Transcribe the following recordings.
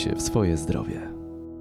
się w swoje zdrowie.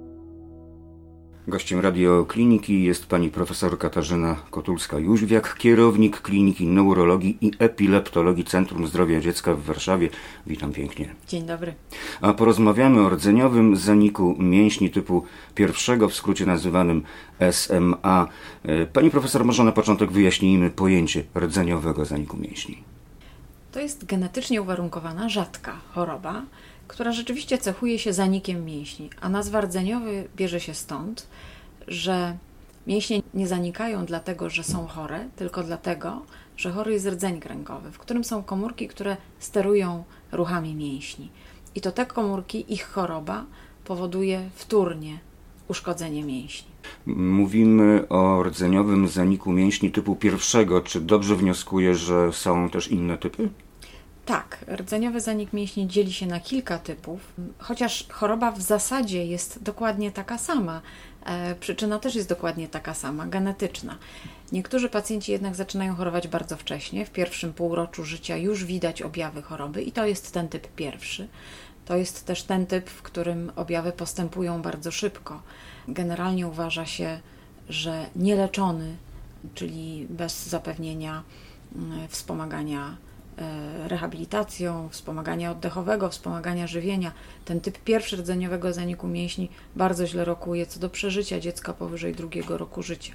Gościem radiokliniki jest pani profesor Katarzyna Kotulska-Jóźwiak, kierownik Kliniki Neurologii i Epileptologii Centrum Zdrowia Dziecka w Warszawie. Witam pięknie. Dzień dobry. A porozmawiamy o rdzeniowym zaniku mięśni typu pierwszego, w skrócie nazywanym SMA. Pani profesor, może na początek wyjaśnijmy pojęcie rdzeniowego zaniku mięśni. To jest genetycznie uwarunkowana, rzadka choroba, która rzeczywiście cechuje się zanikiem mięśni, a nazwa rdzeniowy bierze się stąd, że mięśnie nie zanikają dlatego, że są chore, tylko dlatego, że chory jest rdzeń kręgowy, w którym są komórki, które sterują ruchami mięśni. I to te komórki, ich choroba powoduje wtórnie uszkodzenie mięśni. Mówimy o rdzeniowym zaniku mięśni typu pierwszego. Czy dobrze wnioskuję, że są też inne typy? Tak, rdzeniowy zanik mięśni dzieli się na kilka typów, chociaż choroba w zasadzie jest dokładnie taka sama. Przyczyna też jest dokładnie taka sama, genetyczna. Niektórzy pacjenci jednak zaczynają chorować bardzo wcześnie, w pierwszym półroczu życia już widać objawy choroby i to jest ten typ pierwszy. To jest też ten typ, w którym objawy postępują bardzo szybko. Generalnie uważa się, że nieleczony, czyli bez zapewnienia wspomagania rehabilitacją, wspomagania oddechowego, wspomagania żywienia. Ten typ pierwszy rdzeniowego zaniku mięśni bardzo źle rokuje co do przeżycia dziecka powyżej 2 roku życia.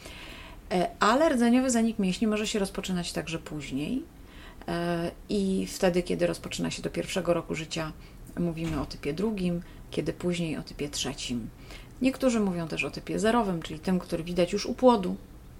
Ale rdzeniowy zanik mięśni może się rozpoczynać także później i wtedy, kiedy rozpoczyna się do 1 roku życia, mówimy o typie 2, kiedy później o typie 3. Niektórzy mówią też o typie 0, czyli tym, który widać już u płodu,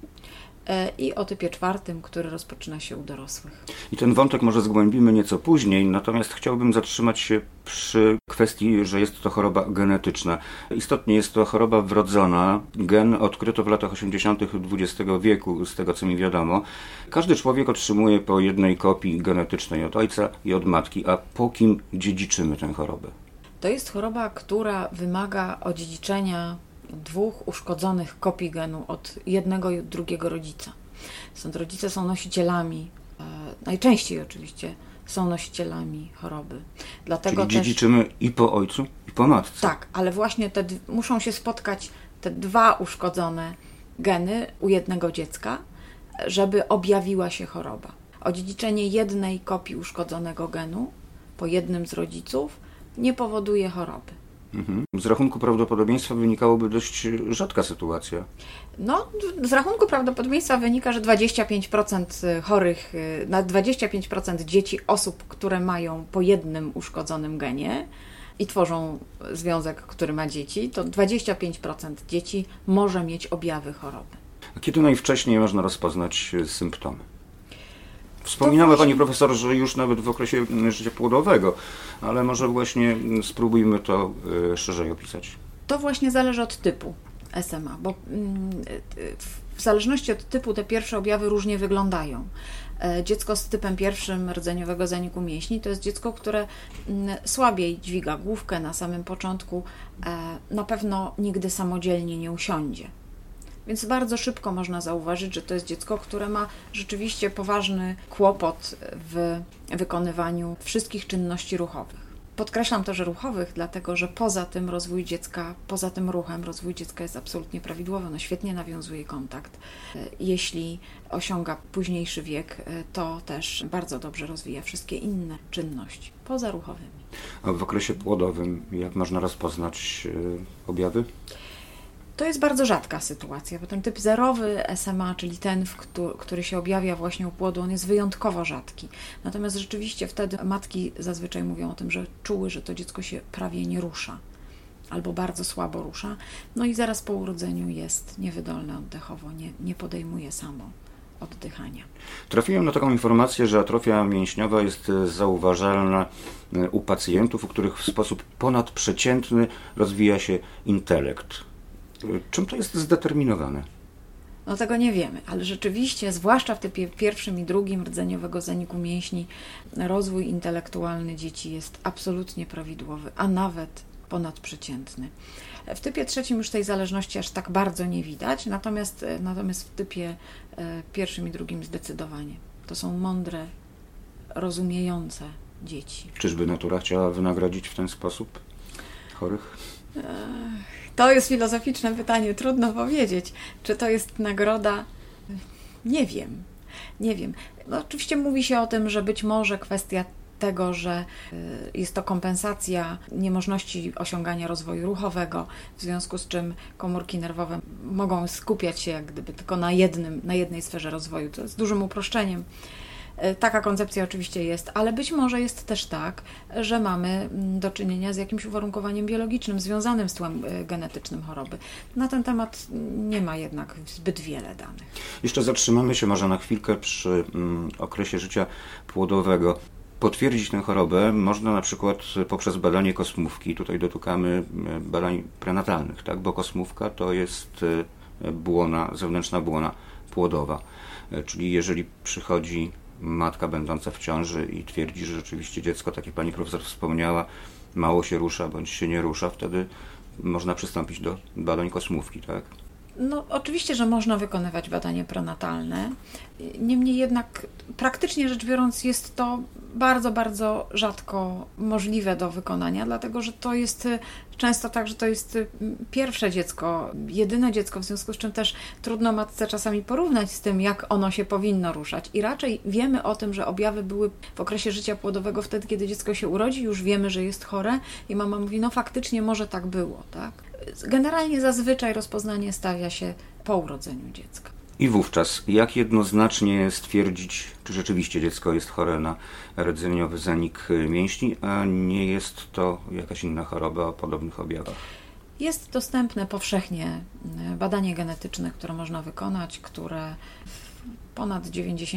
i o typie 4, który rozpoczyna się u dorosłych. I ten wątek może zgłębimy nieco później, natomiast chciałbym zatrzymać się przy kwestii, że jest to choroba genetyczna. Istotnie jest to choroba wrodzona. Gen odkryto w latach 80. XX wieku, z tego co mi wiadomo. Każdy człowiek otrzymuje po jednej kopii genetycznej od ojca i od matki, a po kim dziedziczymy tę chorobę? To jest choroba, która wymaga odziedziczenia 2 uszkodzonych kopii genu od jednego i od drugiego rodzica. Stąd rodzice są nosicielami, najczęściej oczywiście są nosicielami choroby. Dlatego czyli dziedziczymy i po ojcu, i po matce. Tak, ale właśnie muszą się spotkać te 2 uszkodzone geny u jednego dziecka, żeby objawiła się choroba. Odziedziczenie jednej kopii uszkodzonego genu po jednym z rodziców nie powoduje choroby. Z rachunku prawdopodobieństwa wynikałoby dość rzadka sytuacja. No, z rachunku prawdopodobieństwa wynika, że 25% chorych, na 25% dzieci, osób, które mają po jednym uszkodzonym genie i tworzą związek, który ma dzieci, to 25% dzieci może mieć objawy choroby. A kiedy najwcześniej można rozpoznać symptomy? Wspominała Pani profesor, że już nawet w okresie życia płodowego, ale może właśnie spróbujmy to szerzej opisać. To właśnie zależy od typu SMA, bo w zależności od typu te pierwsze objawy różnie wyglądają. Dziecko z typem pierwszym rdzeniowego zaniku mięśni to jest dziecko, które słabiej dźwiga główkę na samym początku, na pewno nigdy samodzielnie nie usiądzie. Więc bardzo szybko można zauważyć, że to jest dziecko, które ma rzeczywiście poważny kłopot w wykonywaniu wszystkich czynności ruchowych. Podkreślam to, że ruchowych, dlatego że poza tym rozwój dziecka, poza tym ruchem rozwój dziecka jest absolutnie prawidłowy. Ono świetnie nawiązuje kontakt. Jeśli osiąga późniejszy wiek, to też bardzo dobrze rozwija wszystkie inne czynności pozaruchowymi. A w okresie płodowym jak można rozpoznać objawy? To jest bardzo rzadka sytuacja, bo ten typ zerowy SMA, czyli ten, który się objawia właśnie u płodu, on jest wyjątkowo rzadki. Natomiast rzeczywiście wtedy matki zazwyczaj mówią o tym, że czuły, że to dziecko się prawie nie rusza albo bardzo słabo rusza. No i zaraz po urodzeniu jest niewydolne oddechowo, nie podejmuje samo oddychania. Trafiłem na taką informację, że atrofia mięśniowa jest zauważalna u pacjentów, u których w sposób ponadprzeciętny rozwija się intelekt. Czym to jest zdeterminowane? No tego nie wiemy, ale rzeczywiście, zwłaszcza w typie pierwszym i drugim rdzeniowego zaniku mięśni, rozwój intelektualny dzieci jest absolutnie prawidłowy, a nawet ponadprzeciętny. W typie trzecim już tej zależności aż tak bardzo nie widać, natomiast w typie pierwszym i drugim zdecydowanie. To są mądre, rozumiejące dzieci. Czyżby natura chciała wynagrodzić w ten sposób? chorych? To jest filozoficzne pytanie, trudno powiedzieć. Czy to jest nagroda? Nie wiem. No, oczywiście mówi się o tym, że być może kwestia tego, że jest to kompensacja niemożności osiągania rozwoju ruchowego, w związku z czym komórki nerwowe mogą skupiać się jak gdyby tylko na jednej sferze rozwoju. To jest dużym uproszczeniem. Taka koncepcja oczywiście jest, ale być może jest też tak, że mamy do czynienia z jakimś uwarunkowaniem biologicznym związanym z tłem genetycznym choroby. Na ten temat nie ma jednak zbyt wiele danych. Jeszcze zatrzymamy się może na chwilkę przy okresie życia płodowego. Potwierdzić tę chorobę można na przykład poprzez badanie kosmówki. Tutaj dotykamy badań prenatalnych, tak? Bo kosmówka to jest zewnętrzna błona płodowa. Czyli jeżeli przychodzi matka będąca w ciąży i twierdzi, że rzeczywiście dziecko, tak jak pani profesor wspomniała, mało się rusza bądź się nie rusza, wtedy można przystąpić do badań kosmówki, tak? No, oczywiście, że można wykonywać badanie prenatalne. Niemniej jednak, praktycznie rzecz biorąc, jest to bardzo, bardzo rzadko możliwe do wykonania, dlatego że to jest często tak, że to jest pierwsze dziecko, jedyne dziecko, w związku z czym też trudno matce czasami porównać z tym, jak ono się powinno ruszać. I raczej wiemy o tym, że objawy były w okresie życia płodowego wtedy, kiedy dziecko się urodzi, już wiemy, że jest chore i mama mówi, no faktycznie może tak było, tak? Generalnie zazwyczaj rozpoznanie stawia się po urodzeniu dziecka. I wówczas jak jednoznacznie stwierdzić, czy rzeczywiście dziecko jest chore na rdzeniowy zanik mięśni, a nie jest to jakaś inna choroba o podobnych objawach? Jest dostępne powszechnie badanie genetyczne, które można wykonać, które w ponad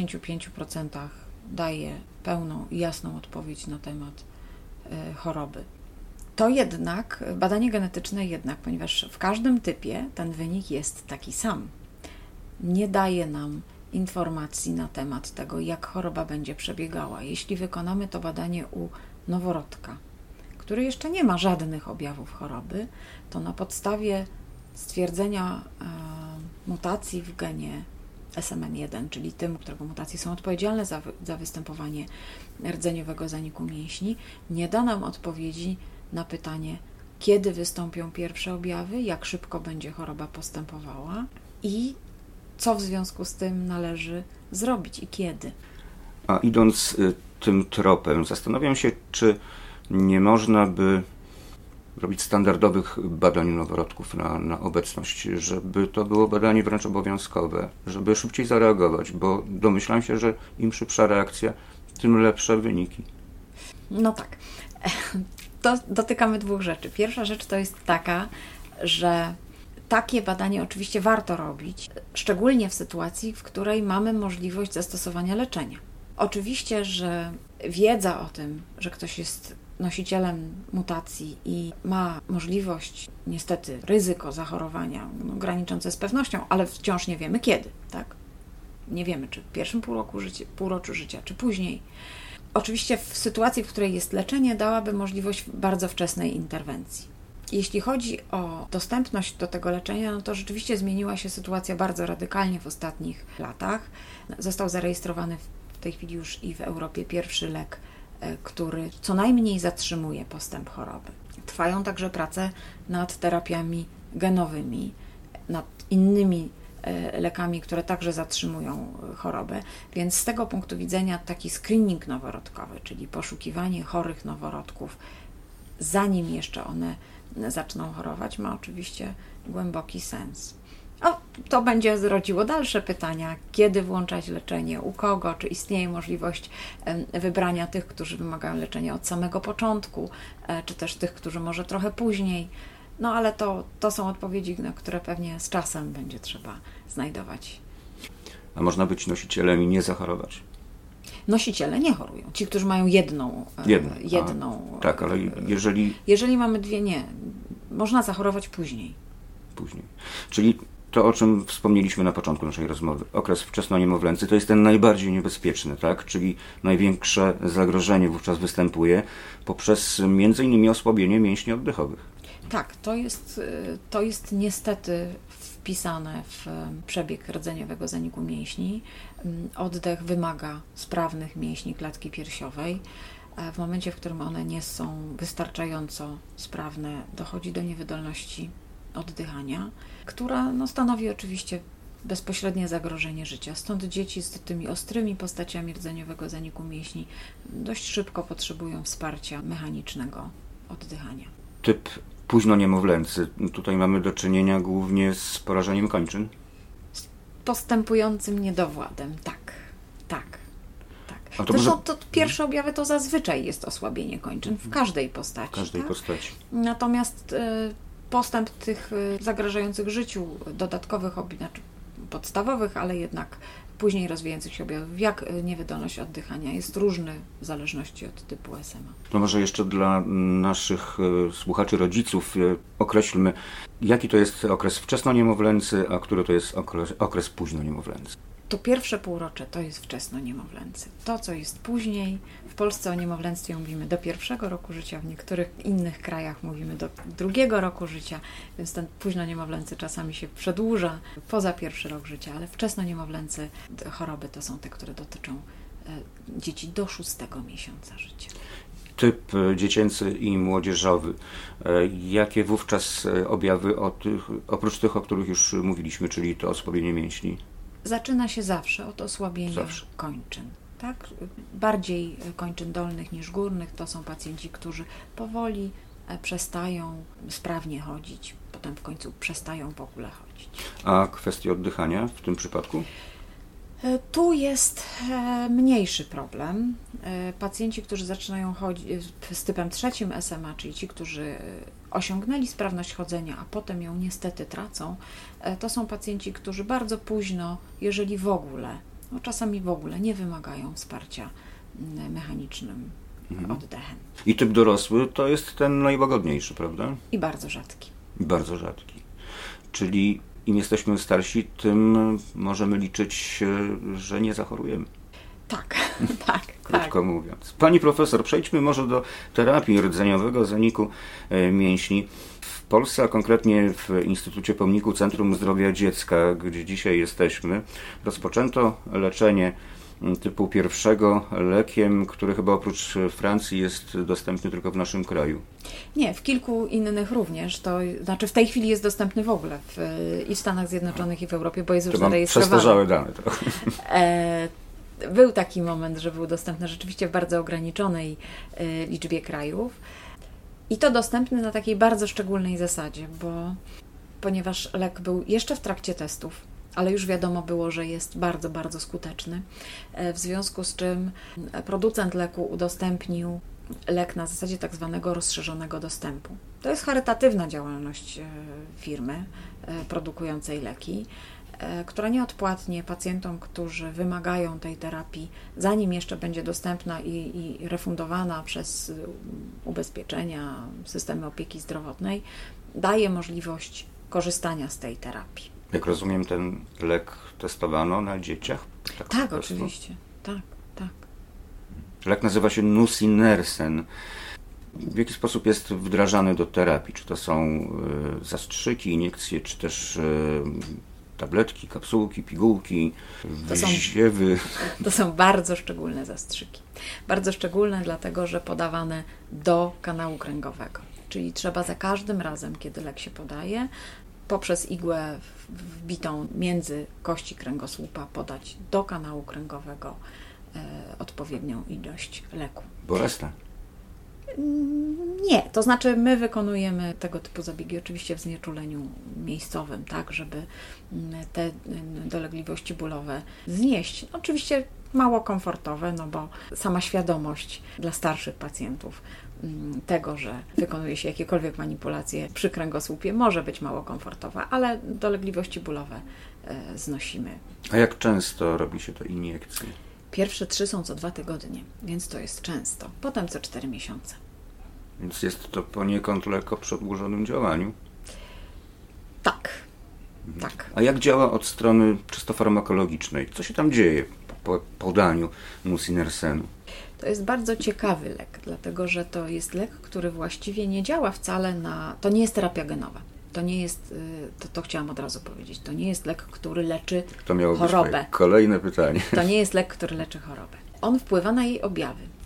95% daje pełną i jasną odpowiedź na temat choroby. To jednak, badanie genetyczne ponieważ w każdym typie ten wynik jest taki sam, nie daje nam informacji na temat tego, jak choroba będzie przebiegała. Jeśli wykonamy to badanie u noworodka, który jeszcze nie ma żadnych objawów choroby, to na podstawie stwierdzenia mutacji w genie SMN1, czyli tym, którego mutacje są odpowiedzialne za występowanie rdzeniowego zaniku mięśni, nie da nam odpowiedzi na pytanie, kiedy wystąpią pierwsze objawy, jak szybko będzie choroba postępowała i co w związku z tym należy zrobić i kiedy. A idąc tym tropem, zastanawiam się, czy nie można by robić standardowych badań noworodków na obecność, żeby to było badanie wręcz obowiązkowe, żeby szybciej zareagować, bo domyślam się, że im szybsza reakcja, tym lepsze wyniki. No tak. To dotykamy dwóch rzeczy. Pierwsza rzecz to jest taka, że takie badanie oczywiście warto robić, szczególnie w sytuacji, w której mamy możliwość zastosowania leczenia. Oczywiście, że wiedza o tym, że ktoś jest nosicielem mutacji i ma możliwość, niestety, ryzyko zachorowania graniczące z pewnością, ale wciąż nie wiemy kiedy, tak? Nie wiemy, czy w pierwszym półroczu życia, czy później. Oczywiście w sytuacji, w której jest leczenie, dałaby możliwość bardzo wczesnej interwencji. Jeśli chodzi o dostępność do tego leczenia, no to rzeczywiście zmieniła się sytuacja bardzo radykalnie w ostatnich latach. Został zarejestrowany w tej chwili już i w Europie pierwszy lek, który co najmniej zatrzymuje postęp choroby. Trwają także prace nad terapiami genowymi, nad innymi lekami, które także zatrzymują chorobę, więc z tego punktu widzenia taki screening noworodkowy, czyli poszukiwanie chorych noworodków, zanim jeszcze one zaczną chorować, ma oczywiście głęboki sens. To będzie zrodziło dalsze pytania, kiedy włączać leczenie, u kogo, czy istnieje możliwość wybrania tych, którzy wymagają leczenia od samego początku, czy też tych, którzy może trochę później. No ale to są odpowiedzi, na które pewnie z czasem będzie trzeba znajdować. A można być nosicielem i nie zachorować? Nosiciele nie chorują. Ci, którzy mają jedną. Tak, ale jeżeli... Jeżeli mamy dwie, nie. Można zachorować później. Czyli to, o czym wspomnieliśmy na początku naszej rozmowy, okres wczesnoniemowlęcy, to jest ten najbardziej niebezpieczny, tak? Czyli największe zagrożenie wówczas występuje poprzez m.in. osłabienie mięśni oddechowych. Tak, to jest niestety wpisane w przebieg rdzeniowego zaniku mięśni. Oddech wymaga sprawnych mięśni klatki piersiowej. W momencie, w którym one nie są wystarczająco sprawne, dochodzi do niewydolności oddychania, która stanowi oczywiście bezpośrednie zagrożenie życia. Stąd dzieci z tymi ostrymi postaciami rdzeniowego zaniku mięśni dość szybko potrzebują wsparcia mechanicznego oddychania. Typ późno-niemowlęcy. Tutaj mamy do czynienia głównie z porażeniem kończyn. Z postępującym niedowładem, tak. Zresztą to pierwsze objawy to zazwyczaj jest osłabienie kończyn w każdej postaci. W każdej postaci. Natomiast postęp tych zagrażających życiu dodatkowych, znaczy podstawowych, ale jednak później rozwijających się objawów, jak niewydolność oddychania, jest różny w zależności od typu SMA. No może jeszcze dla naszych słuchaczy, rodziców określmy, jaki to jest okres wczesno-niemowlęcy, a który to jest okres późno-niemowlęcy. To pierwsze półrocze to jest wczesno-niemowlęcy. To, co jest później, w Polsce o niemowlęctwie mówimy do 1. roku życia, w niektórych innych krajach mówimy do 2. roku życia, więc ten późno-niemowlęcy czasami się przedłuża poza 1. rok życia, ale wczesno-niemowlęcy choroby to są te, które dotyczą dzieci do 6. miesiąca życia. Typ dziecięcy i młodzieżowy. Jakie wówczas objawy oprócz tych, o których już mówiliśmy, czyli to osłabienie mięśni? Zaczyna się zawsze od osłabienia kończyn. Tak? Bardziej kończyn dolnych niż górnych. To są pacjenci, którzy powoli przestają sprawnie chodzić, potem w końcu przestają w ogóle chodzić. A kwestia oddychania w tym przypadku? Tu jest mniejszy problem. Pacjenci, którzy zaczynają chodzić z typem 3 SMA, czyli ci, którzy osiągnęli sprawność chodzenia, a potem ją niestety tracą, to są pacjenci, którzy bardzo późno, jeżeli w ogóle, czasami w ogóle nie wymagają wsparcia mechanicznym oddechem. I typ dorosły to jest ten najłagodniejszy, prawda? I bardzo rzadki. Bardzo rzadki. Czyli im jesteśmy starsi, tym możemy liczyć, że nie zachorujemy. Tak. Krótko mówiąc. Pani profesor, przejdźmy może do terapii rdzeniowego zaniku mięśni. W Polsce, a konkretnie w Instytucie Pomniku Centrum Zdrowia Dziecka, gdzie dzisiaj jesteśmy, rozpoczęto leczenie typu 1 lekiem, który chyba oprócz Francji jest dostępny tylko w naszym kraju. Nie, w kilku innych również. To znaczy w tej chwili jest dostępny w ogóle i w Stanach Zjednoczonych, i w Europie, bo jest już zarejestrowany. Przestarzałe dane trochę. Był taki moment, że był dostępny rzeczywiście w bardzo ograniczonej liczbie krajów. I to dostępny na takiej bardzo szczególnej zasadzie, ponieważ lek był jeszcze w trakcie testów, ale już wiadomo było, że jest bardzo, bardzo skuteczny. W związku z czym producent leku udostępnił lek na zasadzie tak zwanego rozszerzonego dostępu. To jest charytatywna działalność firmy produkującej leki, która nieodpłatnie pacjentom, którzy wymagają tej terapii, zanim jeszcze będzie dostępna i refundowana przez ubezpieczenia, systemy opieki zdrowotnej, daje możliwość korzystania z tej terapii. Jak rozumiem, ten lek testowano na dzieciach? Tak, oczywiście. Tak. Lek nazywa się Nusinersen. W jaki sposób jest wdrażany do terapii? Czy to są zastrzyki, iniekcje, czy też tabletki, kapsułki, pigułki, ziewy? To są bardzo szczególne zastrzyki. Bardzo szczególne, dlatego że podawane do kanału kręgowego. Czyli trzeba za każdym razem, kiedy lek się podaje, poprzez igłę wbitą między kości kręgosłupa podać do kanału kręgowego odpowiednią ilość leku. Bolesne? Nie, to znaczy my wykonujemy tego typu zabiegi oczywiście w znieczuleniu miejscowym, tak, żeby te dolegliwości bólowe znieść. Oczywiście mało komfortowe, bo sama świadomość dla starszych pacjentów tego, że wykonuje się jakiekolwiek manipulacje przy kręgosłupie, może być mało komfortowa, ale dolegliwości bólowe znosimy. A jak często robi się te iniekcje? Pierwsze 3 są co 2 tygodnie, więc to jest często. Potem co 4 miesiące. Więc jest to poniekąd lek o przedłużonym działaniu? Tak. A jak działa od strony czysto farmakologicznej? Co się tam dzieje po podaniu Nusinersenu? To jest bardzo ciekawy lek, dlatego że to jest lek, który właściwie nie działa wcale to nie jest terapia genowa. To nie jest, to chciałam od razu powiedzieć, to nie jest lek, który leczy to miało chorobę. Być kolejne pytanie. To nie jest lek, który leczy chorobę. On wpływa na jej objawy.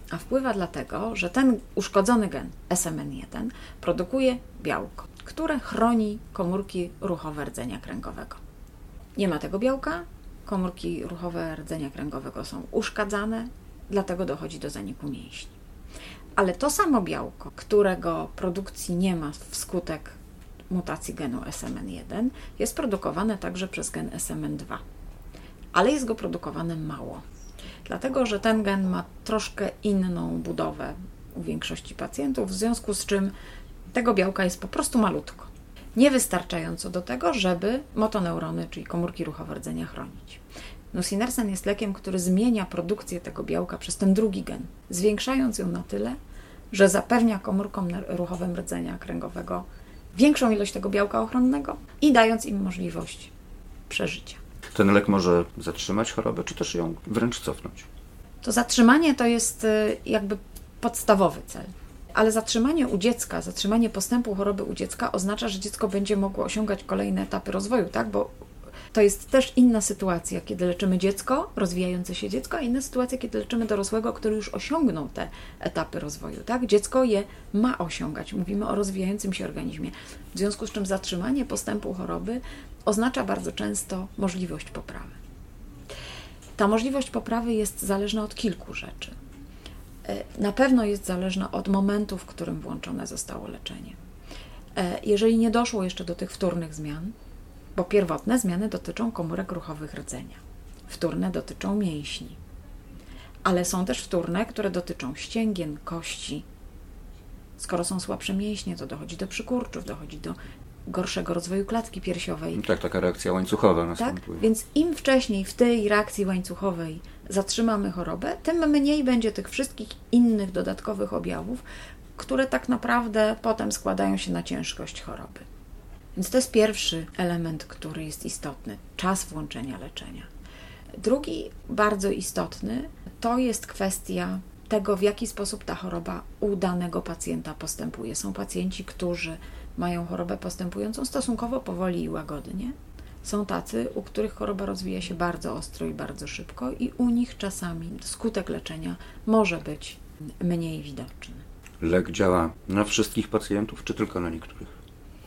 A wpływa dlatego, że ten uszkodzony gen SMN1 produkuje białko, które chroni komórki ruchowe rdzenia kręgowego. Nie ma tego białka, komórki ruchowe rdzenia kręgowego są uszkadzane, dlatego dochodzi do zaniku mięśni. Ale to samo białko, którego produkcji nie ma wskutek mutacji genu SMN1, jest produkowane także przez gen SMN2. Ale jest go produkowane mało, dlatego że ten gen ma troszkę inną budowę u większości pacjentów, w związku z czym tego białka jest po prostu malutko. Niewystarczająco do tego, żeby motoneurony, czyli komórki ruchowe rdzenia, chronić. Nusinersen jest lekiem, który zmienia produkcję tego białka przez ten drugi gen, zwiększając ją na tyle, że zapewnia komórkom ruchowym rdzenia kręgowego większą ilość tego białka ochronnego i dając im możliwość przeżycia. Ten lek może zatrzymać chorobę, czy też ją wręcz cofnąć? To zatrzymanie to jest jakby podstawowy cel. Ale zatrzymanie u dziecka, zatrzymanie postępu choroby u dziecka oznacza, że dziecko będzie mogło osiągać kolejne etapy rozwoju, tak? Bo to jest też inna sytuacja, kiedy leczymy dziecko, rozwijające się dziecko, a inna sytuacja, kiedy leczymy dorosłego, który już osiągnął te etapy rozwoju, tak? Dziecko je ma osiągać. Mówimy o rozwijającym się organizmie. W związku z czym zatrzymanie postępu choroby oznacza bardzo często możliwość poprawy. Ta możliwość poprawy jest zależna od kilku rzeczy. Na pewno jest zależna od momentu, w którym włączone zostało leczenie. Jeżeli nie doszło jeszcze do tych wtórnych zmian, bo pierwotne zmiany dotyczą komórek ruchowych rdzenia, wtórne dotyczą mięśni, ale są też wtórne, które dotyczą ścięgien, kości. Skoro są słabsze mięśnie, to dochodzi do przykurczów, dochodzi do gorszego rozwoju klatki piersiowej. Tak, taka reakcja łańcuchowa następuje. Tak? Więc im wcześniej w tej reakcji łańcuchowej zatrzymamy chorobę, tym mniej będzie tych wszystkich innych dodatkowych objawów, które tak naprawdę potem składają się na ciężkość choroby. Więc to jest pierwszy element, który jest istotny, czas włączenia leczenia. Drugi, bardzo istotny, to jest kwestia tego, w jaki sposób ta choroba u danego pacjenta postępuje. Są pacjenci, którzy mają chorobę postępującą stosunkowo powoli i łagodnie. Są tacy, u których choroba rozwija się bardzo ostro i bardzo szybko i u nich czasami skutek leczenia może być mniej widoczny. Lek działa na wszystkich pacjentów, czy tylko na niektórych?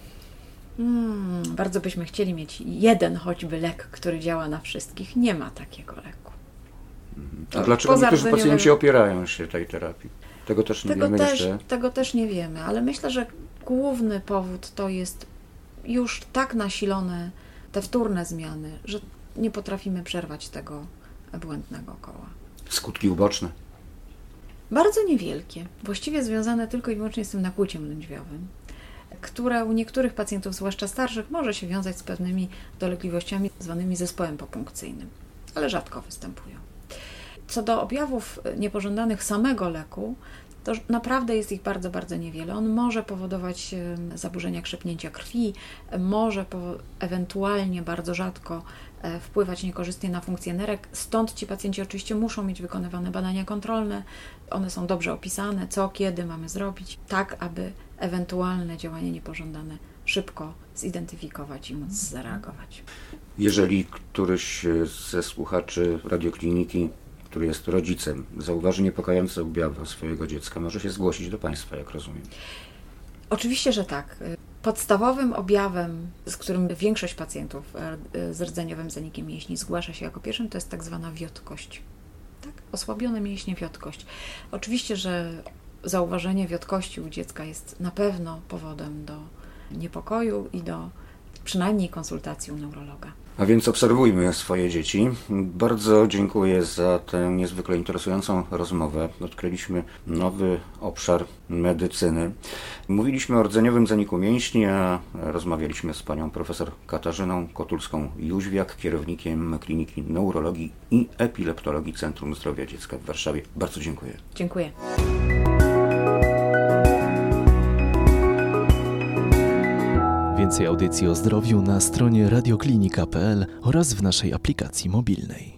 Bardzo byśmy chcieli mieć jeden choćby lek, który działa na wszystkich. Nie ma takiego leku. A dlaczego niektórzy pacjenci opierają się tej terapii? Tego też nie wiemy jeszcze. Tego też nie wiemy, ale myślę, że główny powód to jest już tak nasilone te wtórne zmiany, że nie potrafimy przerwać tego błędnego koła. Skutki uboczne? Bardzo niewielkie, właściwie związane tylko i wyłącznie z tym nakłuciem lędźwiowym, które u niektórych pacjentów, zwłaszcza starszych, może się wiązać z pewnymi dolegliwościami zwanymi zespołem popunkcyjnym, ale rzadko występują. Co do objawów niepożądanych samego leku, to naprawdę jest ich bardzo, bardzo niewiele. On może powodować zaburzenia krzepnięcia krwi, może ewentualnie bardzo rzadko wpływać niekorzystnie na funkcję nerek. Stąd ci pacjenci oczywiście muszą mieć wykonywane badania kontrolne. One są dobrze opisane, co, kiedy mamy zrobić, tak aby ewentualne działania niepożądane szybko zidentyfikować i móc zareagować. Jeżeli któryś ze słuchaczy Radiokliniki, który jest rodzicem, zauważy niepokojące objawy swojego dziecka, może się zgłosić do Państwa, jak rozumiem. Oczywiście, że tak. Podstawowym objawem, z którym większość pacjentów z rdzeniowym zanikiem mięśni zgłasza się jako pierwszym, to jest tak zwana wiotkość. Tak? Osłabione mięśnie, wiotkość. Oczywiście, że zauważenie wiotkości u dziecka jest na pewno powodem do niepokoju i do przynajmniej konsultacji u neurologa. A więc obserwujmy swoje dzieci. Bardzo dziękuję za tę niezwykle interesującą rozmowę. Odkryliśmy nowy obszar medycyny. Mówiliśmy o rdzeniowym zaniku mięśni, a rozmawialiśmy z panią profesor Katarzyną Kotulską-Jóźwiak, kierownikiem Kliniki Neurologii i Epileptologii Centrum Zdrowia Dziecka w Warszawie. Bardzo dziękuję. Dziękuję. Więcej audycji o zdrowiu na stronie radioklinika.pl oraz w naszej aplikacji mobilnej.